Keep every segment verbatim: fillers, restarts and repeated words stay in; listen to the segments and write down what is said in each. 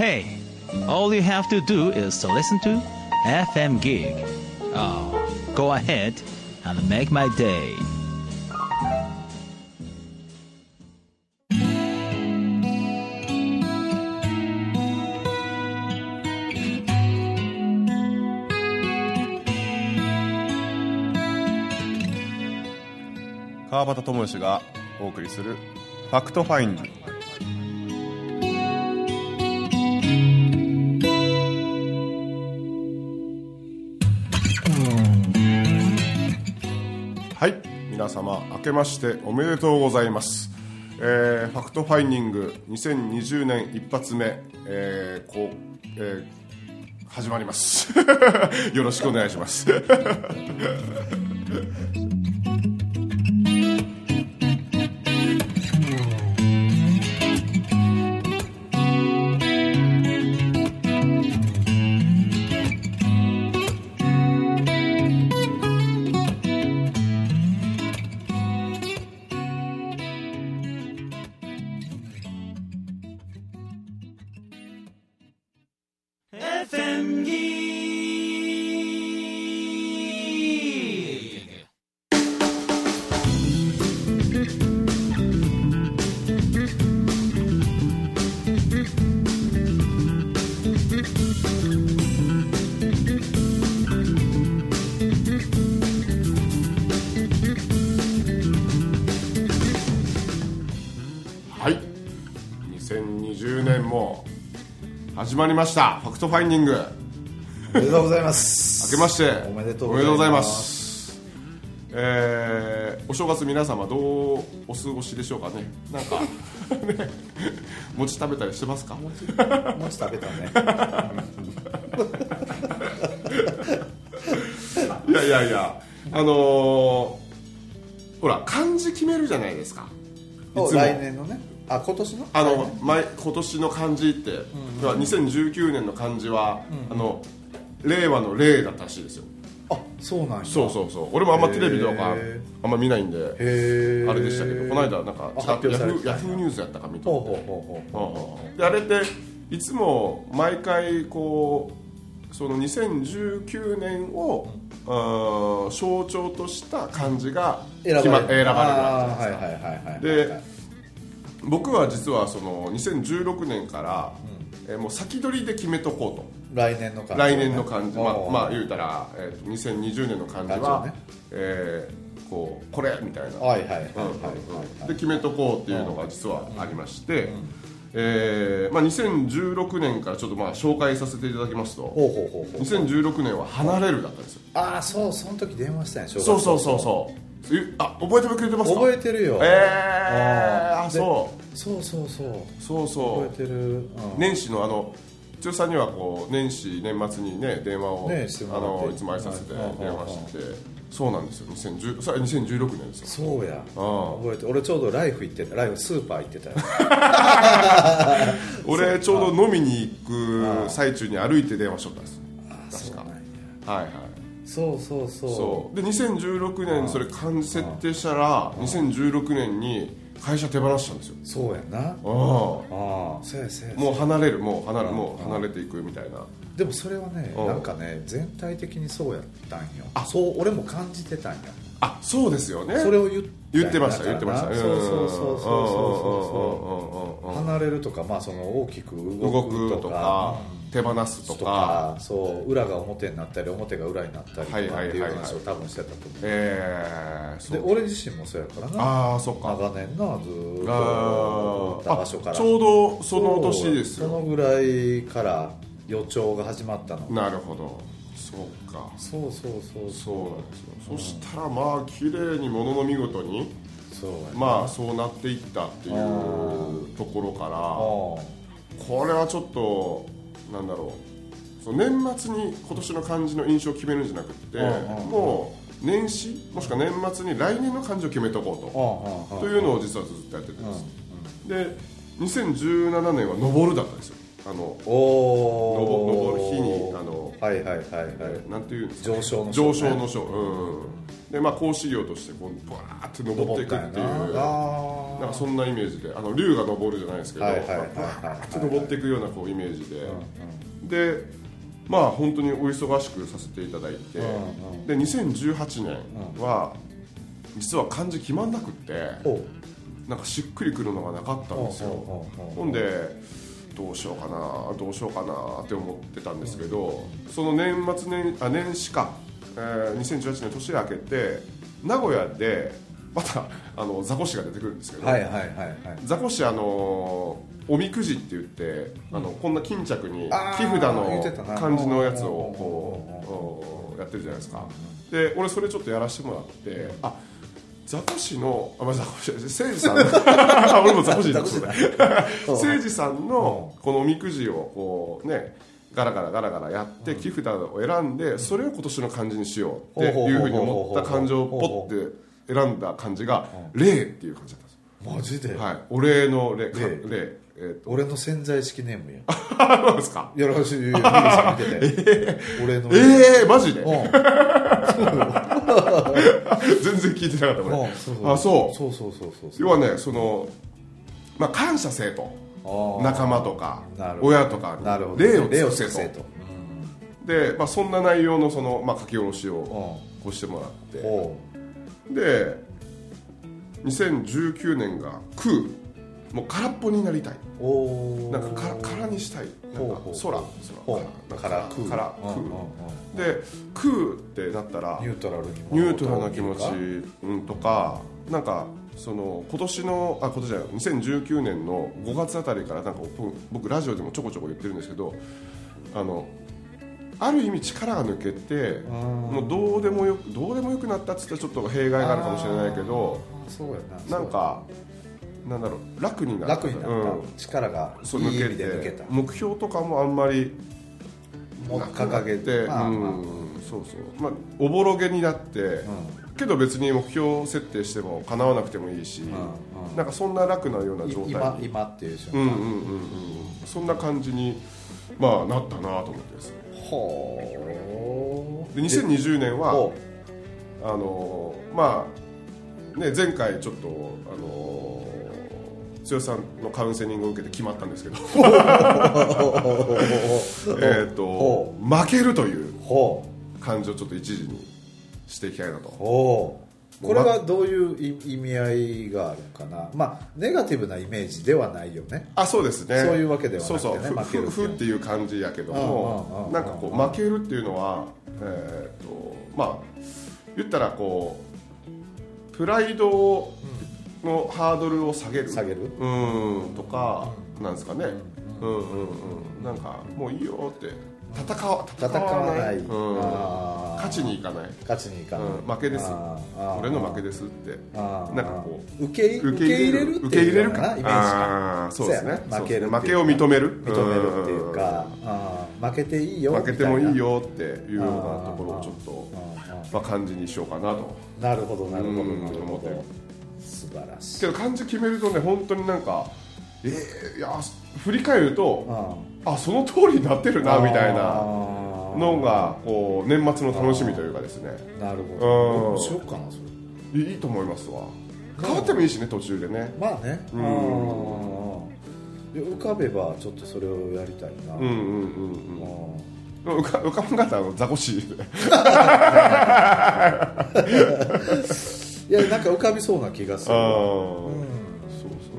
Hey, all you have to do is to listen to エフエム Gig. Oh, go ahead and make my day. 川端智義がお送りするファクトファインディ。はい、皆様明けましておめでとうございます。えー、ファクトファインディングにせんにじゅうねん一発目、えーこうえー、始まりますよろしくお願いします始まりましたファクトファインディング。 おめでとうございます明けましておめでとうございます。えー、お正月皆様どうお過ごしでしょうかね。なんかね、餅食べたりしてますか。 餅, 餅食べたねいやいやいや、あのー、ほら漢字決めるじゃないですか。いつも来年のね、あ今年のあの前今年の漢字って、うんうん、にせんじゅうきゅうねんの漢字は、うんうん、あの令和の令だったらしいですよ。 あ、そうなんや。 そうそうそう。俺もあんまテレビとかあんま見ないんであれでしたけど、この間なんかヤフー、ヤフーニュースやったか見て、であれっていつも毎回こうそのにせんじゅうきゅうねんを、うん、象徴とした漢字が決ま選ばれるわけじゃないですか。で僕は実はそのにせんじゅうろくねんから、うん、えもう先取りで決めとこうと。 来年の漢字、 来年の漢字、まあ、まあ言うたら、えー、にせんにじゅうねんの漢字は、ねえー、こうこれみたいなで決めとこうっていうのが実はありまして、うんうんえーまあ、にせんじゅうろくねんからちょっとまあ紹介させていただきますと、ほうほうほうほうにせんじゅうろくねんは離れるだったんですよ。 ああ、そう、その時電話したんや。 そうそうそうそうあ、覚えてくれてますか。 覚えてるよ。 えー、あ、そうそうそうそうそうそう覚えてる、うん、 年始のあの剛さんにはこう年始年末にね電話を、ね、あのいつも挨拶で電話してて、そうなんですよ。にせんじゅうそれにせんじゅうろくねんですよ。 そうや、覚えて。俺ちょうどライフ行ってた。ライフスーパー行ってたよ俺ちょうど飲みに行く最中に歩いて電話しとったんです。確か。はいはい。 そうそうそうそうでにせんじゅうろくねんにそれ漢字設定したらにせんじゅうろくねんに会社手放したんですよ。 そうやな。ああ、そうやそうや。 もう離れるもう離れもう離れていくみたいな。 でもそれはね、なんかね全体的にそうやったんよ。あ、そう俺も感じてたんや。 あ、そうですよね。 それを言って言ってました言ってました。 そうそうそうそうそう。離れるとか、まあその大きく動くとか手放すとか、 そう裏が表になったり表が裏になったりとかっていう話を多分してたと思う。 えー、 で俺自身もそうやからな。 ああ、そっか。 長年なずっとった場所から。 ちょうどその年ですよ。 そのぐらいから予兆が始まったの。 なるほど。そうか。 そうそうそうそうなんですよ。そしたらまあ綺麗にものの見事にそうまあそうなっていったっていうところから、これはちょっとなんだろう、その年末に今年の漢字の印象を決めるんじゃなくて、もう年始もしくは年末に来年の漢字を決めとこうとというのを実はずっとやってたんです。でにせんじゅうななねんは昇るだったんですよ。 あのお登る日にあの、 はいはいはいはい、 なんていうんですか、 上昇の章、ね、上昇の章、うん、でまあ講師業としてこうバーって登っていくっていう、な, なんかそんなイメージで、あの竜が登るじゃないですけど、バーって登っていくようなこうイメージで、うん、でまあ本当にお忙しくさせていただいて、うんうん、でにせんじゅうはちねんは実は漢字決まんなくって、なんかしっくりくるのがなかったんですよ。ほんでどうしようかなどうしようかなって思ってたんですけど、その年末 年, あ年始か、えー、にせんじゅうはちねん年明けて名古屋でまたあのザコシが出てくるんですけど、 はいはいはいはい、 ザコシあのおみくじって言ってあのこんな巾着に木札の漢字のやつをこうやってるじゃないですか。で俺それちょっとやらせてもらって、あザコシのあ、まあ、ザコシ誠司さん俺もザコシですね誠司さんのこのおみくじをこうねガラガラガラガラやって木札を選んで、それを今年の漢字にしようっていうふうに思った漢字をポッて選んだ漢字が霊っていう漢字だったんです。 マジで？ はい、お礼の霊、霊、 えー、俺の潜在式ネームや。 あ、そうですか。 よろしい、ミリさん見てて。 えー、 俺のえー、マジで？うん、全然聞いてなかった俺。あ、そう。 そうそうそうそう。 要はね、そのまあ感謝せえと、仲間とか親とかに礼を尽くせと。で、まあそんな内容のそのまあ書き下ろしをこうしてもらって、で、にせんじゅうきゅうねんが空。もう空っぽになりたい、おなんか空にしたい、なんか空空空空空で空ってなったらニュートラルにニュートラルな気持ち、うん、とかなんかその今年のあ今年じゃないにせんじゅうきゅうねんのごがつあたりからなんか僕ラジオでもちょこちょこ言ってるんですけど、あのある意味力が抜けてもうどうでもよくどうでもよくなったっつったらちょっと弊害があるかもしれないけど、 そうやな、 なんかなんだろう楽になった、 楽になった、うん、力がいい意味で抜けた、 目標とかもあんまり掲げて、まあまあ、うん、 そうそう、まあ、おぼろげになって、うん、けど別に目標設定しても叶わなくてもいいし、うんうん、なんかそんな楽なような状態に今, 今っていう瞬間、 うんうんうんうん、そんな感じに、まあ、なったなと思ってですね。 ほー。 でにせんにじゅうねんはあのまあね前回ちょっとあの剛さんのカウンセリングを受けて決まったんですけどえっと負けるという感情をちょっと一時にしていきたいなと。 これはどういう意味合いがあるかな。まあネガティブなイメージではないよね。 あ、そうですね。 そういうわけではなくてね、 そうそう負けるふっていう感じやけども、なんかこう負けるっていうのはえっとまあ言ったらこうプライドをのハードルを下げる、 下げるうんとかなんですかね、うんうんうん、なんかもういいよって戦わ戦わない、 うん、勝ちにいかない、 勝ちにいかない、 うん、負けです、俺の負けですってなんかこう受け受け入れるっていうようなイメージか。 そうですね、 負ける負けを認める認めるっていうか、うん、負けていいよ負けてもいいよっていうようなところをちょっとまあ感じにしようかなと。 なるほどなるほどなるほど、 素晴らしい。けど漢字決めるとね本当になんかえー、いや振り返るとあその通りになってるなみたいなのがこう年末の楽しみというかですね。 なるほど、どうしようかなそれ。 いいと思いますわ。変わってもいいしね途中でね。 まあね、うん、浮かべばちょっとそれをやりたいな。うんうんうんうん。浮か浮かんかったらザコシいやなんか浮かびそうな気がする。あ、うん、そうそうそう、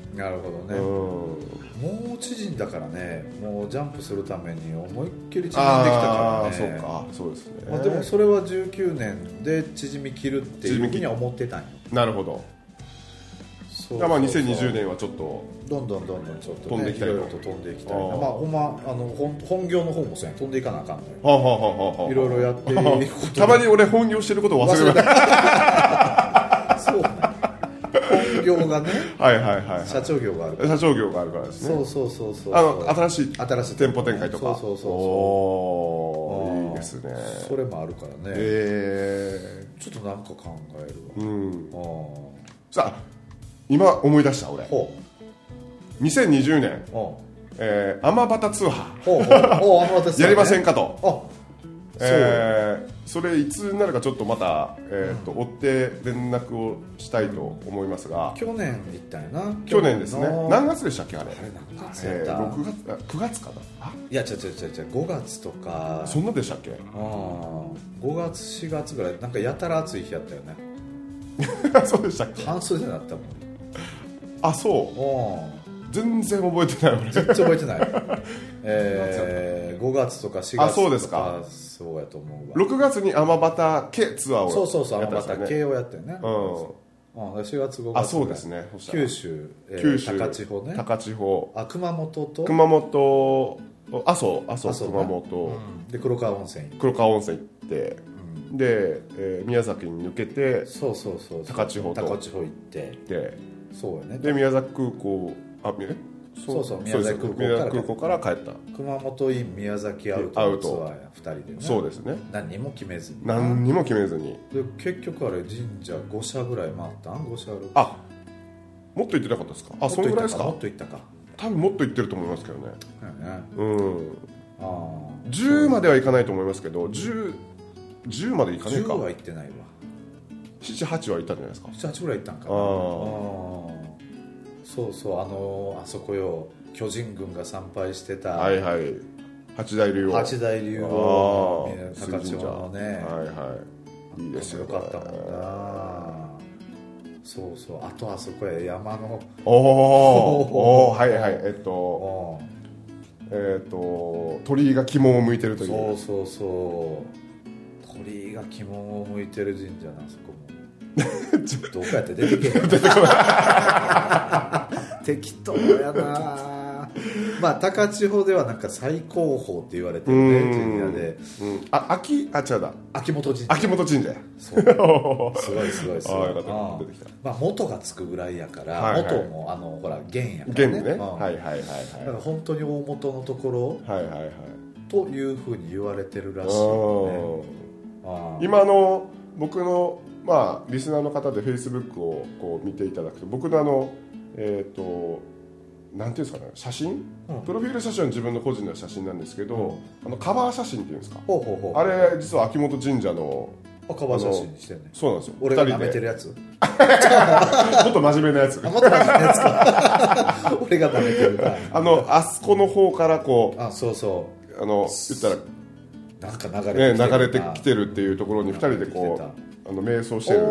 うん、なるほどね。もう縮んだからね、もうジャンプするために思いっきり縮んできたからね。 そうか、そうですね。 まあ、でもそれはじゅうきゅうねんで縮み切るっていうふうには思ってたんよ。 なるほど。そうそうそう。まあにせんにじゅうねんはちょっとどんどんどんどんちょっと、ね、 飛んでいきたいと。 いろいろと飛んでいきたいな。まあほんまあの 本, 本業の方もそうや飛んでいかなあかんのよ。 はあはあはあはあ、 いろいろやっていくこと。 たまに俺本業してることを忘れる。 そうね。本業がね、 はいはいはい、はい、 社長業があるから。 社長業があるからですね。 そうそうそうそう。 あの新しい新しい店舗展開とか。 そうそうそうそう。 おー、いいですね。 それもあるからね。 えー、 ちょっとなんか考えるわ。うん。 あさあ今思い出した俺。ほう。にせんにじゅうねん、 えー、天端ツアーほうほう、天端ツアー、ね、 やりませんかと。 あ、 えー、それいつになるかちょっとまた、えー、と追って連絡をしたいと思いますが、 去年行ったんやな。 去年ですね。何月でしたっけあれ。 あれ何月やった、 えー、ろくがつ、あくがつかな。あ、 いや違う違う違う違う、ごがつとか。 そんなでしたっけ。 あごがつしがつぐらいなんかやたら暑い日やったよね。 そうでしたっけ。 半袖になったもん。 あ、そう全然覚えてない俺。 全然覚えてない、えー、ごがつとかしがつとか。あ、そうですか。そうやと思うわ。 ろくがつに天端系ツアーをやったんですよね。 そうそうそう、天端系をやってるね。 うん、 しがつごがつ。 あ、そうですね。 九州、えー、九州高千穂ね。 高千穂、 あ、熊本と熊本、阿蘇、阿蘇、熊本、 うん、で黒川温泉黒川温泉行って、うん、で、えー、宮崎に抜けて、 そうそうそう、 高千穂と高千穂行って、 で、 そうやね。 で宮崎空港、あ、えそうそう、宮崎空港から、 宮崎空港から帰った。 熊本 in 宮崎アウトのツアーやふたりでね。 そうですね。 何にも決めずに。 何にも決めずに。 で結局あれ神社ご社ぐらい回ったん？ご社ある。 あ、もっと行ってなかったですか。あ、そのぐらいですか。 もっと行ったか。 多分もっと行ってると思いますけどね。うん。うん、 あじゅうまではいかないと思いますけど、じゅう、じゅうまでいかないか。 じゅうは行ってないわ。 なな、はちは行ったんじゃないですか。 なな、はちぐらい行ったんかな。ああ。そうそう、あのー、あそこよ、巨人軍が参拝してた、 はいはい、八大竜王、 八大竜王、高千穂のね、 はいはい、いいですよ、 よかったもんな。そうそう、あとあそこへ山の、 おおはいはい、えっとえっと鳥居が鬼門を向いてるという、 そうそうそう、鳥居が鬼門を向いてる神社な、そこもどうかやって出てけへん出てこない適当やな。まあ高千穂ではなんか最高峰って言われてるね、神社で、うん、 あ、秋、あ、違うだ、 秋元神社、 秋元神社、 そうすごいすごいすごい、 ああよかった、出てきた。 まあ元がつくぐらいやから、はいはい、元もあのほら元やからね、元ね、うん、はいはいはいはい、だから本当に大元のところ、はいはいはい、というふうに言われてるらしいよね。あ、 今の僕のまあリスナーの方でフェイスブックをこう見ていただくと、僕のあのえっ、ー、となんていうんですかね、写真、うん、プロフィール写真は自分の個人の写真なんですけど、うん、あのカバー写真っていうんですか、 ほうほうほう、 あれ実は秋元神社のあカバー写真にしてんね。 そうなんですよ。 俺が舐めてるやつもっと真面目なやつもっと真面目なやつか俺が舐めてるかあのあそこの方からこう、 あ、そうそう、 あの言ったらなんか流れてきてる、 ね、流れてきてるっていうところにふたりでこうあの瞑想してる、あ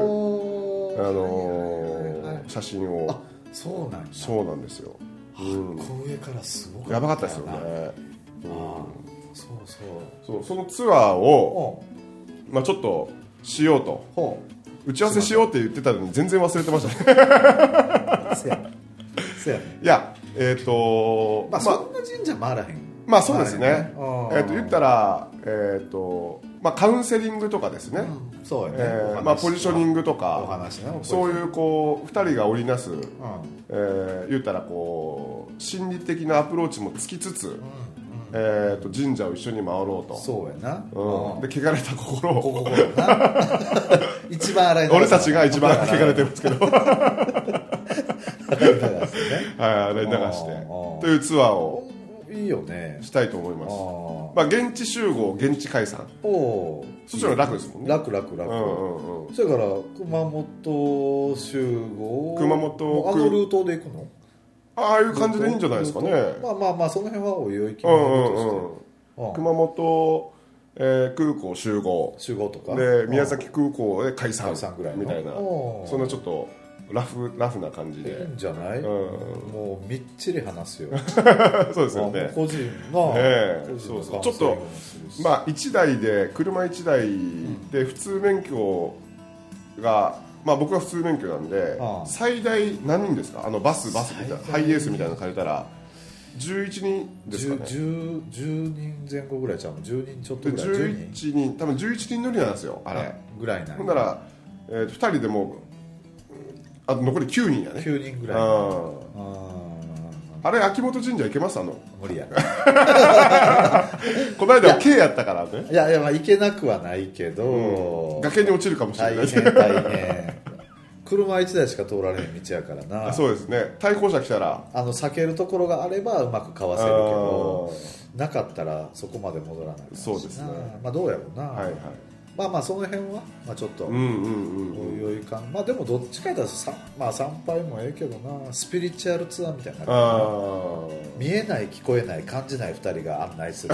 のー、写真を。 あ、そうなんや。 そうなんですよ、 うん、こう上からすごかったやばかったですよね、うん、 あ、そうそうそう、そのツアーを、まあ、ちょっとしようと打ち合わせしようって言ってたのに全然忘れてましたねせやせやね。 いや、えっ、ー、とまあ、まあ、そんな神社回らへん。 まあそうですね、えー、と言ったら、えーとまあ、カウンセリングとかですね、 うん、そうやね、 えーまあ、ポジショニングとか、 お話ね、 そういうこうふたりが織りなす、うん、えー、言ったらこう心理的なアプローチもつきつつ、うんうん、えー、と神社を一緒に回ろうと。 そうやな、 うん、で汚れた心を心な一番洗い流す、 俺たちが一番汚れてますけど洗い流してね、 はい、洗い流してというツアーをいいよね、 したいと思います。あ、まあ、現地集合、現地解散、おそっちの方が楽ですもんね。 楽楽楽、うんうんうん、それから熊本集合、 熊本あのルートで行くの、 ああいう感じでいいんじゃないですかね。 まあまあまあ、その辺はおいおい決めるとして、うんうんうん、 熊本、えー、空港集合集合とかで、宮崎空港で解散、 解散ぐらいみたいな、そんなちょっとラフラフな感じでいいんじゃない、うん、もうみっちり話すよそうですよね、 個人の、 えー、そうそう、ちょっとまあいちだいで車いちだいで普通免許が、まあ僕は普通免許なんで、ああ最大何人ですか、あのバスバスみたいなハイエースみたいなの借りたらじゅういちにんですかね。 10, 10人前後ぐらいちゃうの、じゅうにんちょっとぐらい、 じゅういちにん、多分じゅういちにん乗りなんですよあれ、あぐらいなんほんなら、えー、ふたりでもあと残りきゅうにんやね。 きゅうにんぐらい、ああれ秋元神社行けます？あの無理やこの間は K やったからね。 いやいや、まあ行けなくはないけど、 うん、崖に落ちるかもしれない。 大変大変車いちだいしか通られへん道やからな。 そうですね。対向車来たらあの避けるところがあればうまくかわせるけど、なかったらそこまで戻らないし。 そうですね。 まあどうやろうな。 はいはい。 まあまあその辺は、まあ、ちょっと余裕感、まあでもどっちかだとさ、まあ、参拝もええけどな、スピリチュアルツアーみたいな、見えない聞こえない感じないふたりが案内する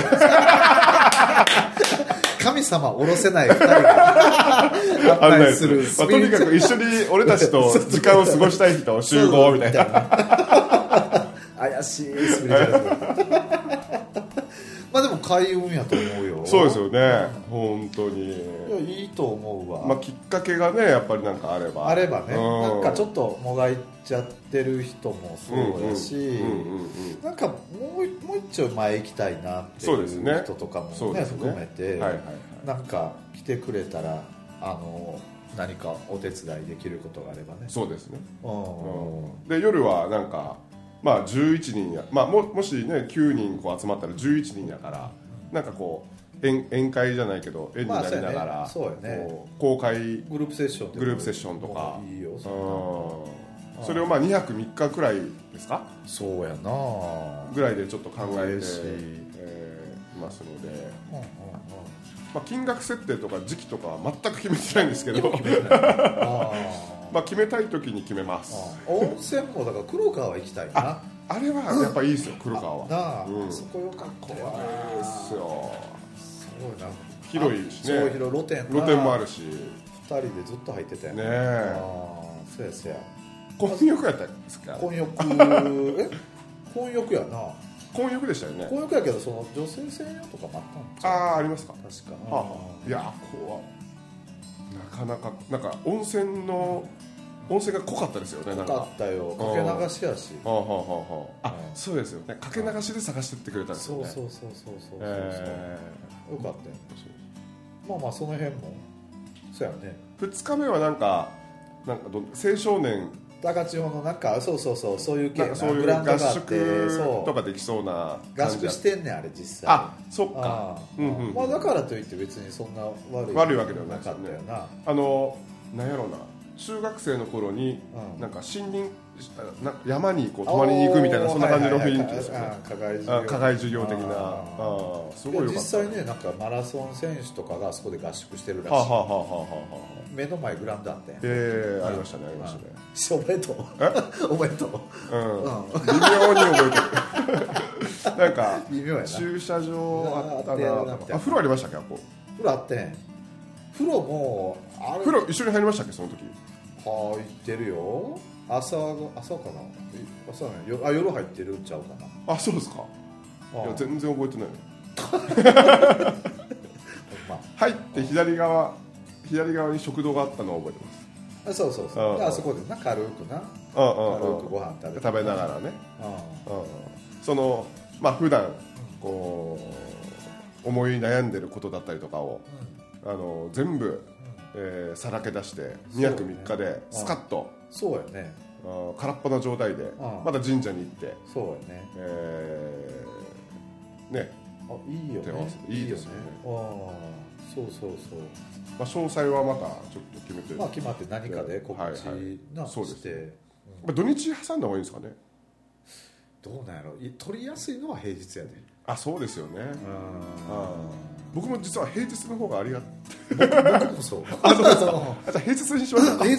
神様下ろせないふたりが案内するまあ、とにかく一緒に俺たちと時間を過ごしたい人集合みたいな怪しいスピリチュアルツアーまあでも開運やと思うよ。 そうですよね、本当に。いやいいと思うわ。 まあ、きっかけがねやっぱりなんかあればあればね、うん、なんかちょっともがいちゃってる人もそうやし、なんかもうもう一丁前行きたいなっていう人とかも ね, ね含めて、はいはいはい、なんか来てくれたらあの何かお手伝いできることがあればね。 そうですね、うんうん、で夜はなんかまあ、じゅういちにんや、まあ、も, もしねきゅうにんこう集まったらじゅういちにんやから、うん、なんかこう 宴, 宴会じゃないけど絵になりながら、まあそうやね、そうやね、こう公開グループセッショングループセッションとかいいよ、 そ, それをまあにはくみっかくらいですか、 そうやなぐらいでちょっと考えて、えー、いますので、うんうんうん、まあ、金額設定とか時期とかは全く決めてないんですけどまあ決めたい時に決めます。 温泉もだから黒川は行きたいな。 あ, あれはやっぱいいですよ、黒川は。 なあ、うん、そこよかったよ。 いいですよ。 すごいな、 広いしね。 そう広い露店露店もあるし、 ふたりでずっと入ってたよね。 え、 そうやそうや。 混浴やったんですか。 混浴え混浴やな。 混浴でしたよね。 混浴やけどその女性専用とかもあったんちゃう。 ああ、ありますか。 確か、 はあはあ、いやこうなかなかなんか温泉の温泉が濃かったですよね。 濃かったよ。かけ流しやし。 はあはあはあ、あ、そうですよね。かけ流しで探してってくれたんですよね。 そうそうそうそうそうそう、 えー、 よかったよ。まあまあその辺もそうやね。 ふつかめはなんかなんかど青少年高千穂のなんかそうそうそうそういう系な、そういう合宿とかできそうな合宿してんねんあれ実際。 あ、そっか。 うんうん、まあだからといって別にそんな悪い悪いわけではなかったよな。 あのなんやろうな、中学生の頃に、うん、なんか森林な山にこう泊まりに行くみたいな、そんな感じの雰囲気ですよね。課外授業的な。あ、すごいよかった。 実際ね、なんかマラソン選手とかがあそこで合宿してるらしい。 はあはあはあはあ、 目の前グラウンドあってん。 ええー、ありましたね、ありましたね。 おめでとう。おめでとう。 うん。微妙に覚えてる。なんか微妙やな。 駐車場あったな。あ、風呂ありましたっけ、ここ。 風呂あってん。風呂もあれ。風呂一緒に入りましたっけ、その時。 入ってるよ。朝朝かな。朝ね。あ、夜入ってるんちゃうかな。あ、そうですか。いや全然覚えてない。入って左側左側に食堂があったのを覚えてます。 あ、そうそうそう。あ, あそこでな軽くな。軽くご飯食べ食べながらね。そのまあ普段こう思い悩んでることだったりとかを、うん、あの全部、うん、えー、さらけ出してにはくみっかでスカッと。 そうやね。 あ、空っぽな状態でまた神社に行って。 そうやね。 えー、ね。 あ、いいよね。 いいですよね。 ああ、そうそうそう。 まあ詳細はまたちょっと決めて。 まあ決まって何かで告知なして。 まあ土日挟んだ方がいいんですかね。 どうなんやろ。取りやすいのは平日やで。 あ、そうですよね。あ、僕も実は平日の方がありがたい。僕もそう。 あ、そうですか。じゃあ平日にしましょうか。平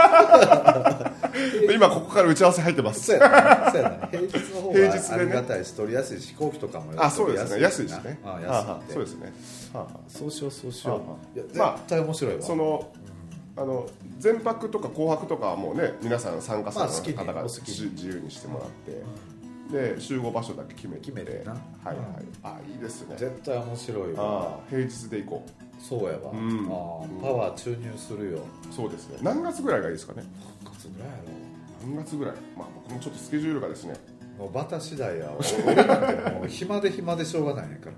日。今ここから打ち合わせ入ってます。 そうやね。そうやね。平日の方がありがたいし、取りやすいし、飛行機とかも。 あ、そうですね。安いしね。 あ、安い。 そうですね。 そうしようそうしよう。絶対面白いわ。 そのあの全泊とか紅白とかはもうね、皆さん参加者の方が自由にしてもらって。で集合場所だけ決めて決めてな。 はいはい。あ、いいですね。 絶対面白いわ。 平日で行こう。 そうやわ。パワー注入するよ。 そうですね。何月ぐらいがいいですかね。 何月ぐらいやろ。 何月ぐらい。まあ僕もちょっとスケジュールがですね。 もうバタ次第や。俺なんてもう暇で暇でしょうがないねんから。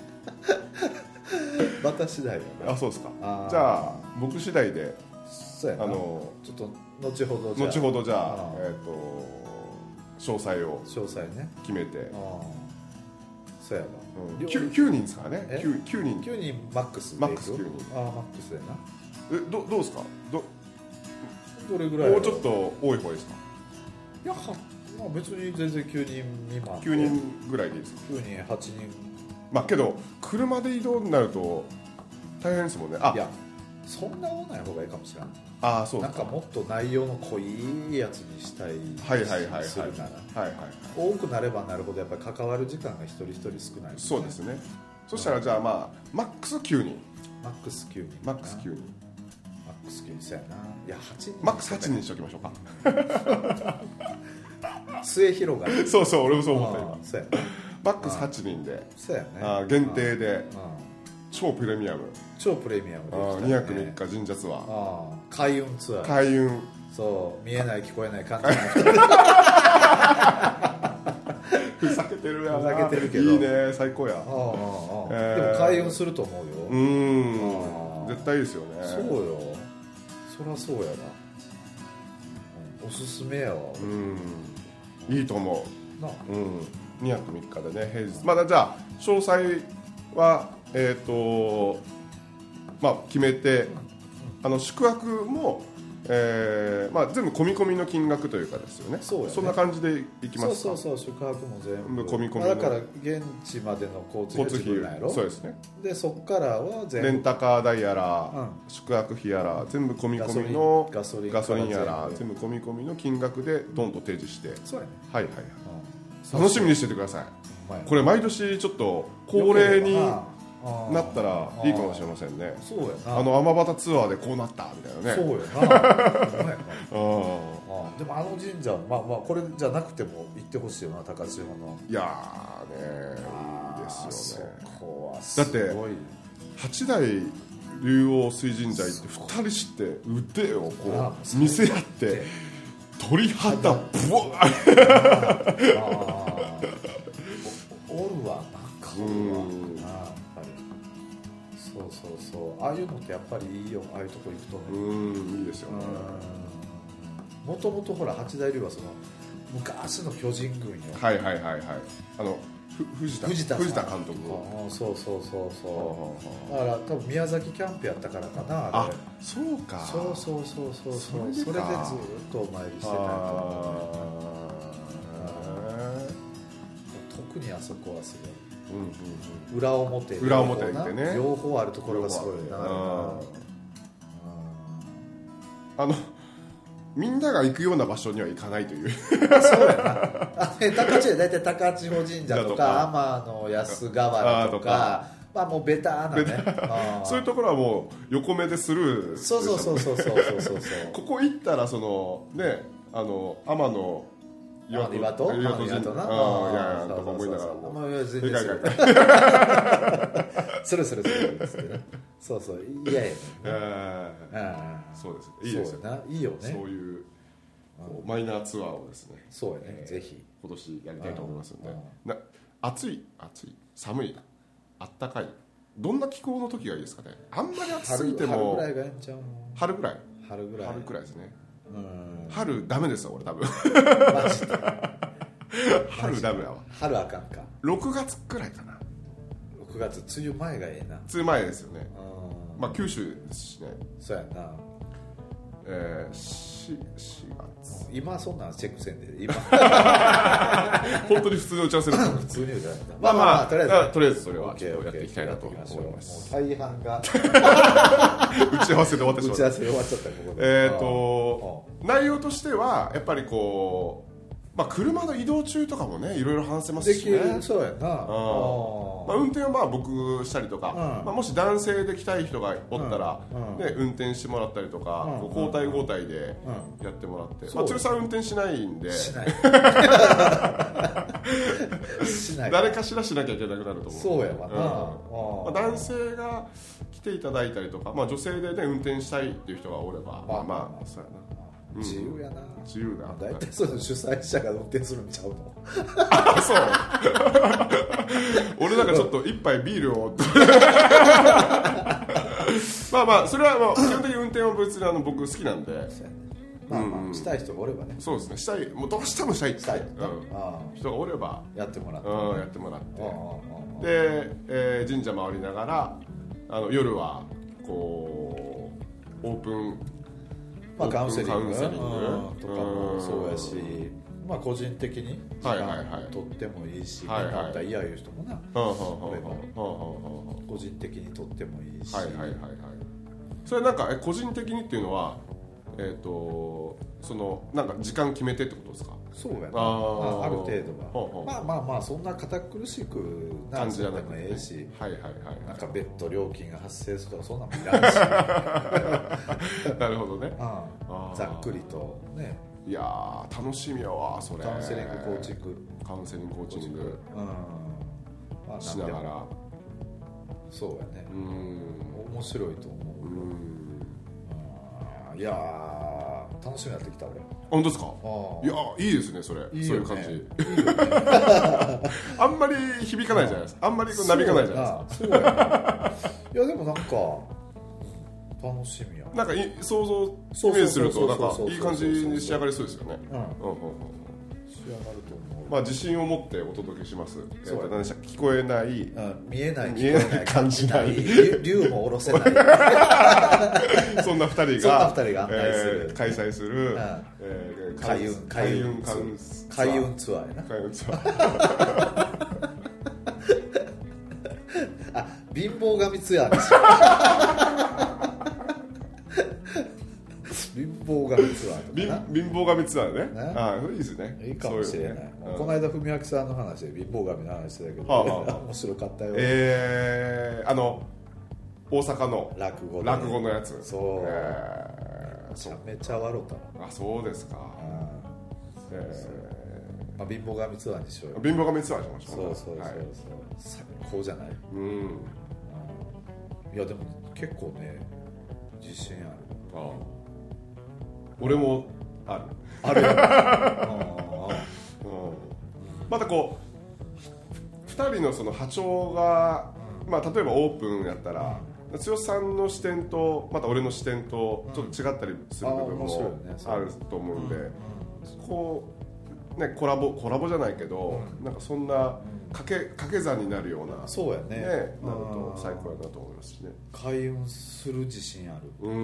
バタ次第やな。 あ、そうですか。じゃあ僕次第で。 そうやな。あのちょっと後ほどじゃあ。後ほどじゃあえっと。詳細を詳細ね決めて。 ああ、そうやわ。 うん、きゅう, きゅうにんですからね。きゅう, きゅうにん。 きゅうにんマックス。 マックスきゅうにん。 ああ、マックスやな。 え、どどうですか。どどれぐらい？ もうちょっと多い方ですか？ いや、まあ、別に全然きゅうにん未満。 きゅうにんぐらいでいいですか？ きゅうにんはちにん。まあけど車で移動になると大変ですもんね。あ、 いやそんな多ない方がいいかもしれない。 ああそうなんかもっと内容の濃いやつにしたいはいはいはいはいするなら、 はいはい、 多くなればなるほどやっぱり関わる時間が一人一人少ない、ね、 そうですね。そしたらじゃあまあマックスきゅうにんマックスきゅうにんマックスきゅうにんマックスきゅうにんそうやな。いやはちにんマックスはちにんにしておきましょうか末広がりそうそう俺もそう思った今。 そうやなマックスはちにんでそうやねあ限定で超プレミアム超プレミアムできた、ね、 にはくみっか神社ツアーあ開運ツアー開運そう見えない聞こえない感じのふざけてるやふざけてるけどいいね最高や。ああ、 えー、でも開運すると思うよ。 うん絶対いいですよね。 そうよそりゃそうやな、うん、おすすめやわ。 うんいいと思うなうんにはくみっかでね平日まだじゃあ詳細はえっ、ー、とまあ決めて、あの宿泊も、えーまあ、全部込み込みの金額というかですよね。 そうやねそんな感じでいきますか。 そうそうそう宿泊も全部込み込みの、 まあ、だから現地までの交通費交通費そうですね。 でそこからは全部レンタカー代やら、 うん、 宿泊費やら全部込み込みのガソリンガソリンやら全部込み込みの金額でドンと提示して、 そうやね、 はいはいはい、 うん、 楽しみにしててください。これ毎年ちょっと恒例になったらいいかもしれませんね。 そうやな。 あの天幡ツアーでこうなったみたいなね。 そうやなでもあの神社、まあまあこれじゃなくても行ってほしいよな高千穂の。 いやーねいいですよね。 そこはすごい。 だって八代竜王水神社行ってふたりして腕をこう見せ合って鳥肌ブワーおるわなんかおるわなやっぱり。そうそうそうああいうのってやっぱりいいよ。ああいうとこ行くとね。 うんいいですよね。 もともとほら八大竜はその昔の巨人軍よ。 はいはいはいはいあの藤田藤田藤田監督そうそうそうそうだから多分宮崎キャンプやったからかなあれ。 あそうかそうそうそうそうそうそれでずっとお参りしてたんやと思う。特にあそこはすごい、うんうんうん、裏表裏表ってね両方あるところがすごいな。 あのみんなが行くような場所には行かないというそうやなあ、ね、高千穂大体高千穂神社とか天安河原とかまあもうベターなねそういうところはもう横目でスルーそうそうそうそうそうそうそうここ行ったらそのねあの天野岩戸岩戸岩戸なああいやいやとか思いながらもう全然それそれそれそうそういやいやそうですいいですよいいよねそういうマイナーツアーをですねそうやねぜひ今年やりたいと思いますのでな暑い暑い寒いあったかいどんな気候の時がいいですかね。あんまり暑すぎても春ぐらいがいいんちゃうの。 春ぐらい春ぐらい春ぐらいですね。 うん春ダメですよ俺多分マジで春ダメだわ。 春あかんかろくがつくらいかな。 ろくがつ梅雨前がええな。 梅雨前ですよね。まあ九州ですしね。 そうやな。 えー、ししがつ今そんなんチェックせんで今本当に普通の打ち合わせだった普通に打ち合わせまあまあ、まあ、とりあえずとりあえずそれはやっていきたいなと思います大半が打ち合わせで終わってしまった打ち合わせで終わっちゃったここでえっと内容としてはやっぱりこうまあ、車の移動中とかもねいろいろ話せますしね。 そうやな。あ、 まあ、運転はまあ僕したりとか、うんまあ、もし男性で来たい人がおったら、うんね、運転してもらったりとか、うん、こう交代交代でやってもらって、うんまあ、鶴さん運転しないんでしないしない誰かしらしなきゃいけなくなると思う。 そうやわな、うんまあ、男性が来ていただいたりとか、まあ、女性で、ね、運転したいっていう人がおれば、まあまあそうやな自由やな、 うん、自由だ。 大体そういうの主催者が運転するんちゃうの。 あ、そう俺なんかちょっと一杯ビールをまあまあそれはもう基本的に運転は別にあの僕好きなんで、 まあまあ、うん、したい人がおればね。 そうですねしたいもうどうしてもしたいってしたい、うん、 人がおればやってもらって、 うん、やってもらってで、えー、神社回りながらあの夜はこうオープンまあ、カウンセリング、 カウンセリング、 うん、とかもそうやし、まあ、個人的に時間取ってもいいし、 はいはいはい、 また嫌いう人もな、俺も個人的に取ってもいいし、 はいはいはいはい、それなんかえ個人的にっていうのは、えーと、そのなんか時間決めてってことですか？ そうやな、あ, まあ、ある程度はまあまあまあそんな堅苦しくな感じでもええし、ね、はいはいはいはい、なんか別途料金が発生するとかそんなもんいらんしなるほどね、 ああざっくりとね。 いやー楽しみやわそれ。 カウンセリングコーチングカウンセリングコーチング、うん、まあ、しながらそうやね、うん、面白いと思う。うん、あ、いやー楽しみになってきた俺。 本当ですか？いやいいですねそれ。いい、そういう感じ。いいよね、あんまり響かないじゃないですか。あんまりこうなびかないじゃないですか。そうやな。いやでもなんか楽しみや。 なんかい想像イメージするとなんかいい感じに仕上がりそうですよね。うんうんうん。 仕上がると思う。 まあ自信を持ってお届けします。そうや、何でしたっけ？聞こえない、 見えない、 見えない、感じない、 竜も下ろせない。 そんな二人がそんな二人が案内する、 えー、開催する、 えー、開運開運開運ツアーやな。 開運ツアー。 あ、貧乏神ツアーです。貧乏神ツアーとかな。 貧乏神ツアーね。ああ、いいですね。 いいかもしれない。ね、うん、この間文明さんの話で貧乏神の話してたけど、はあはあ、面白かったよ。 えー、あの大阪の落語、ね、 落語のやつ。 そう。えー、めちゃめちゃ笑ったの。 あ、そうですか。 えー、まあ、貧乏神ツアーにしようよ。 貧乏神ツアーしましょう。 そうそうそうそう、はい、最高じゃない。うん。いやでも結構ね自信ある。ああ、 俺もある。 あるよ。 またこうふたりのその波長が、まあ、例えばオープンやったら、うん、剛さんの視点とまた俺の視点とちょっと違ったりする部分もあると思うんで、こうねコラボコラボじゃないけど、うん、なんかそんな掛け掛け算になるような、 そうやね、 ね、なると最高やなと思いますしね。 開運する自信ある。うん。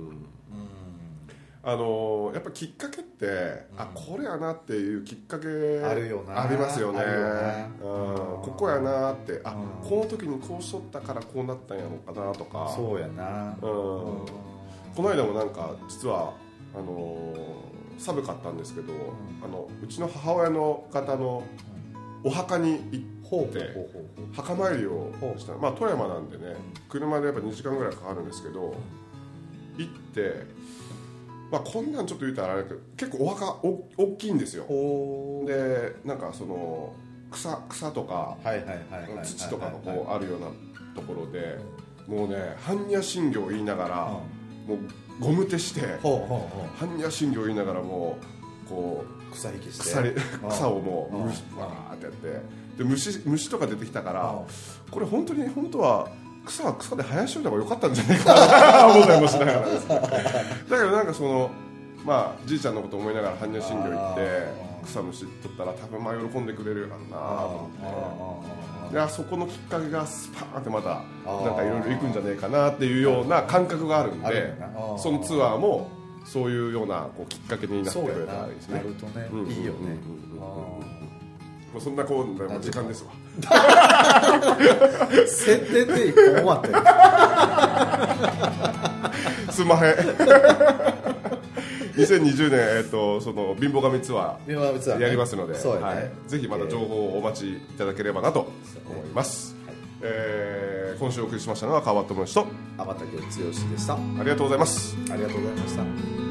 うん、 あのー、やっぱきっかけって、うん、あこれやなっていうきっかけあるよな、 ありますよね。 うん、 ここやなって、あ、うん、この時にこうしとったからこうなったんやろうかなとか。 そうやな、うん、 この間もなんか実はあのー、寒かったんですけど、うん、あのうちの母親の方のお墓に行って墓参りをした。まあ富山なんでね、車でやっぱにじかんぐらいかかるんですけど、行って、まあ、こんなんちょっと言ったらあれだけど結構お墓お大きいんですよ。でなんかその 草, 草とか土とかがこうあるようなところで、もうね般若心経を言いながら、もうゴム手して般若心経を言いながらもうこう草引きして草, 草をもう虫わーってやって、で 虫, 虫とか出てきたから、これ本当に本当は草は草で生やしといた方が良かったんじゃないかな思ったりもしながらですね。だけどなんかそのまあじいちゃんのこと思いながら般若心経行って草むしっとったら多分まあ喜んでくれるよなと思って、いやそこのきっかけがスパーンってまたなんかいろいろ行くんじゃねえかなっていうような感覚があるんで、そのツアーもそういうようなこうきっかけになってくれたらいいですね。 なるとね、うん、いいよね。 もうそんなこう時間ですわ。 宣伝で一個終わったよ。すんまへん。にせんにじゅうねん、えー、とその貧乏神ツアーやりますので、ね、はい、ぜひまた情報をお待ちいただければなと思います。はい、えー、今週お送りしましたのは川端智之と天竹剛でした。 ありがとうございます。 ありがとうございました。